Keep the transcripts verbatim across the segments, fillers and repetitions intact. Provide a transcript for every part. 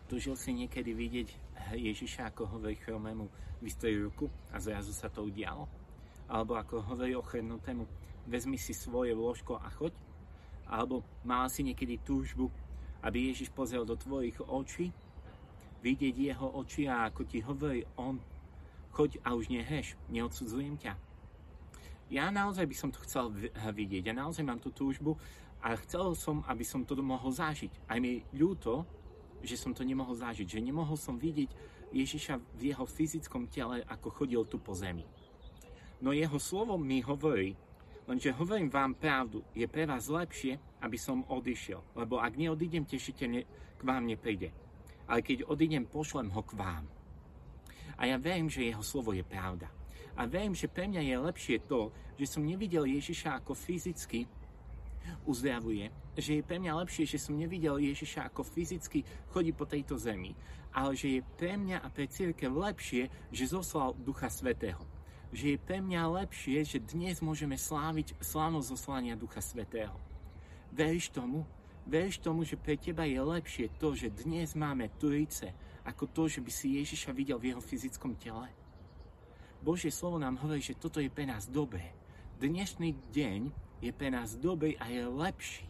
Túžil si niekedy vidieť Ježiša, ako hovorí chromému vystroj ruku a zrazu sa to udialo? Alebo ako hovorí ochrnutému, vezmi si svoje lôžko a choď? Alebo mal si niekedy túžbu, aby Ježiš pozrel do tvojich očí? Vidieť jeho oči a ako ti hovorí on, choď a už neheš, neodsudzujem ťa. Ja naozaj by som to chcel vidieť, ja naozaj mám tú túžbu a chcel som, aby som to mohol zažiť. Aj mi ľúto, že som to nemohol zažiť, že nemohol som vidieť Ježiša v jeho fyzickom tele, ako chodil tu po zemi. No jeho slovo mi hovorí, lenže hovorím vám pravdu, je pre vás lepšie, aby som odišiel, lebo ak neodídem, tešiteľ k vám nepríde. Ale keď odídem, pošlem ho k vám. A ja verím, že jeho slovo je pravda. A verím, že pre mňa je lepšie to, že som nevidel Ježiša ako fyzicky uzdravuje, že je pre mňa lepšie, že som nevidel Ježiša ako fyzicky chodí po tejto zemi, ale že je pre mňa a pre cirkev lepšie, že zoslal Ducha Svätého. Že je pre mňa lepšie, že dnes môžeme sláviť slávnosť zoslania Ducha Svätého. Veríš tomu? Veríš tomu, že pre teba je lepšie to, že dnes máme Trojice, ako to, že by si Ježiša videl v jeho fyzickom tele? Božie slovo nám hovorí, že toto je pre nás dobré. Dnešný deň je pre nás dobrý a je lepší.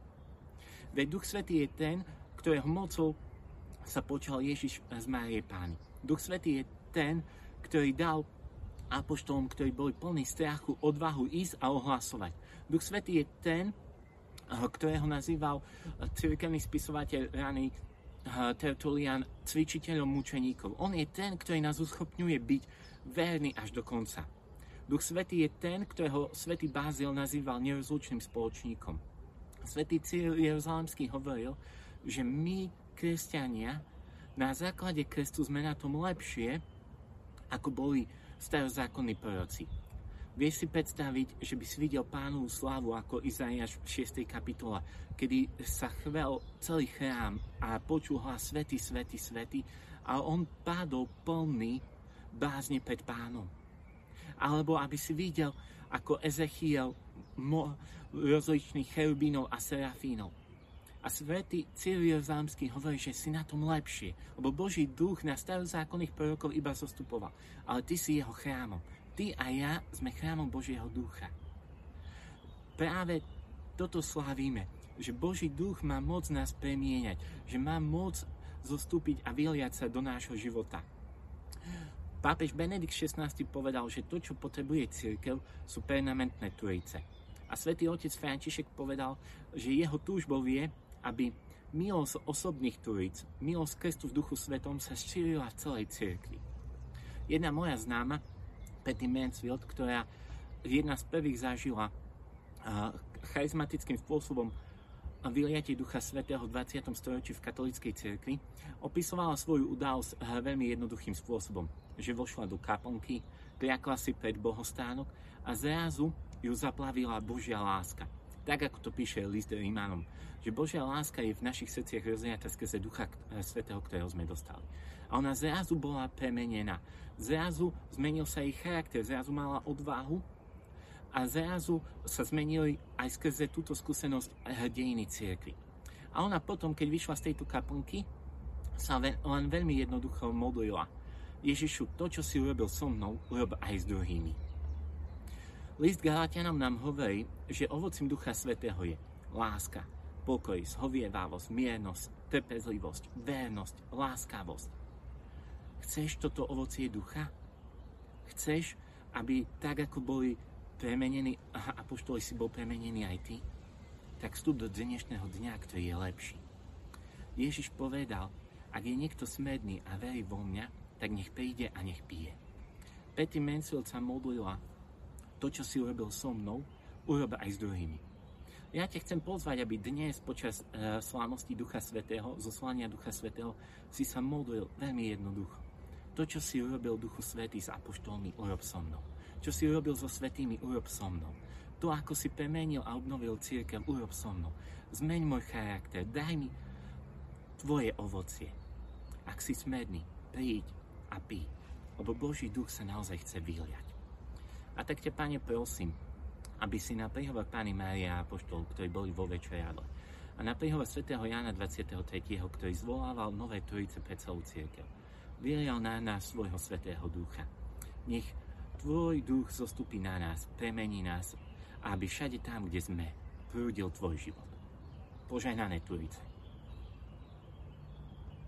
Veď Duch Svätý je ten, ktorého mocou sa počal Ježiš z Márie Pány. Duch Svätý je ten, ktorý dal apoštolom, ktorí boli plní strachu, odvahu ísť a ohlasovať. Duch Svätý je ten, ktorého nazýval cirkevný spisovateľ raný Tertulian cvičiteľom mučeníkov. On je ten, ktorý nás uschopňuje byť verný až do konca. Duch Svätý je ten, ktorého svätý Bázil nazýval nerozlučným spoločníkom. Svätý Cyril Jeruzalemský hovoril, že my, kresťania, na základe krestu sme na tom lepšie, ako boli starozákonní proroci. Vieš si predstaviť, že by si videl Pánovu slávu ako Izaiáš v šiestej kapitole, kedy sa chvel celý chrám a počul hlas Svätý, Svätý, Svätý a on pádol plný bázne pred Pánom. Alebo aby si videl, ako Ezechiel mo- rozličných cherubínov a serafínov. A svätý Cyril Jeruzalemský hovorí, že si na tom lepšie, lebo Boží duch na starozákonných prorokov iba zostupoval. Ale ty si jeho chrámom. Ty a ja sme chrámom Božieho ducha. Práve toto slávime, že Boží duch má moc nás premieňať, že má moc zostúpiť a vyliať sa do nášho života. Pápež Benedikt šestnásty povedal, že to, čo potrebuje cirkev, sú permanentné trojice. A svätý otec František povedal, že jeho túžbou je, aby milosť osobných trojíc, milosť Kristu v Duchu Svetom sa šírila v celej cirkvi. Jedna moja známa, Patty Mansfield, ktorá jedna z prvých zažila charizmatickým spôsobom vyliatie Ducha Svätého v dvadsiatom storočí v katolíckej cirkvi, opisovala svoju udalosť veľmi jednoduchým spôsobom, že vošla do kaplnky, kľakla si pred bohostánok a zrazu ju zaplavila Božia láska. Tak, ako to píše list Rímanom, že Božia láska je v našich srdciach rozliata skrze Ducha Svätého, ktorého sme dostali. A ona zrazu bola premenená. Zrazu zmenil sa jej charakter, zrazu mala odvahu a zrazu sa zmenili aj skrze túto skúsenosť dejiny cirkvi. A ona potom, keď vyšla z tejto kaplnky, sa len veľmi jednoducho modlila. Ježišu, to, čo si urobil so mnou, urob aj s druhými. List Galatianom nám hovorí, že ovocím Ducha Svätého je láska, pokoj, zhovievavosť, miernosť, trpezlivosť, vernosť, láskavosť. Chceš toto ovocie ducha? Chceš, aby tak, ako boli premenení, a apoštoli si bol premenený aj ty? Tak vstup do dnešného dňa, ktorý je lepší. Ježiš povedal, ak je niekto smedný a verí vo mňa, tak nech príde a nech pije. Patty Mansfield sa modlila, to, čo si urobil so mnou, urob aj s druhými. Ja ťa chcem pozvať, aby dnes počas e, slávnosti Ducha Svätého, zoslania Ducha Svätého, si sa modlil veľmi jednoducho. To, čo si urobil Duchu Svätý s apoštolmi, urob so mnou. Čo si urobil so svätými, urob so mnou. To, ako si premenil a obnovil cirkev, urob so mnou. Zmeň môj charakter, daj mi tvoje ovocie. Ak si smedný, príď a pí, lebo Boží duch sa naozaj chce vyliať. A tak ťa, Pane, prosím, aby si na príhovor Panny Márie a apoštolov, ktorí boli vo večeradle, a na príhovor svätého Jána dvadsiateho tretieho ktorý zvolával nové trojice pre celú cirkev. Vylial na nás svojho svätého ducha. Nech tvoj duch zostupí na nás, premení nás, aby všade tam, kde sme, prúdil tvoj život. Požehnané trojice.